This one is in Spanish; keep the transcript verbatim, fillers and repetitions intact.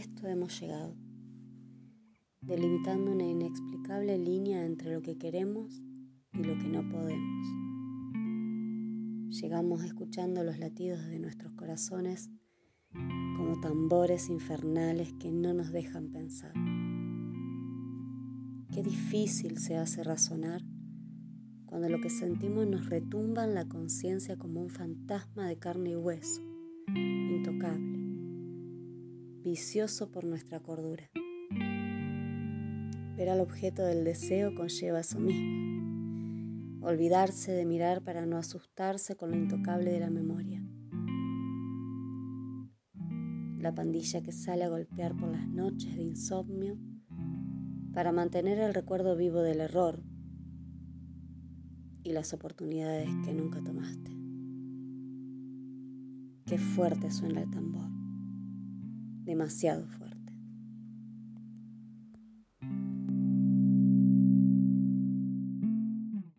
esto hemos llegado, delimitando una inexplicable línea entre lo que queremos y lo que no podemos. Llegamos escuchando los latidos de nuestros corazones como tambores infernales que no nos dejan pensar. Qué difícil se hace razonar cuando lo que sentimos nos retumba en la conciencia como un fantasma de carne y hueso, intocable, vicioso por nuestra cordura. Ver al objeto del deseo conlleva eso mismo, olvidarse de mirar para no asustarse con lo intocable de la memoria. La pandilla que sale a golpear por las noches de insomnio para mantener el recuerdo vivo del error y las oportunidades que nunca tomaste. Qué fuerte suena el tambor, demasiado fuerte.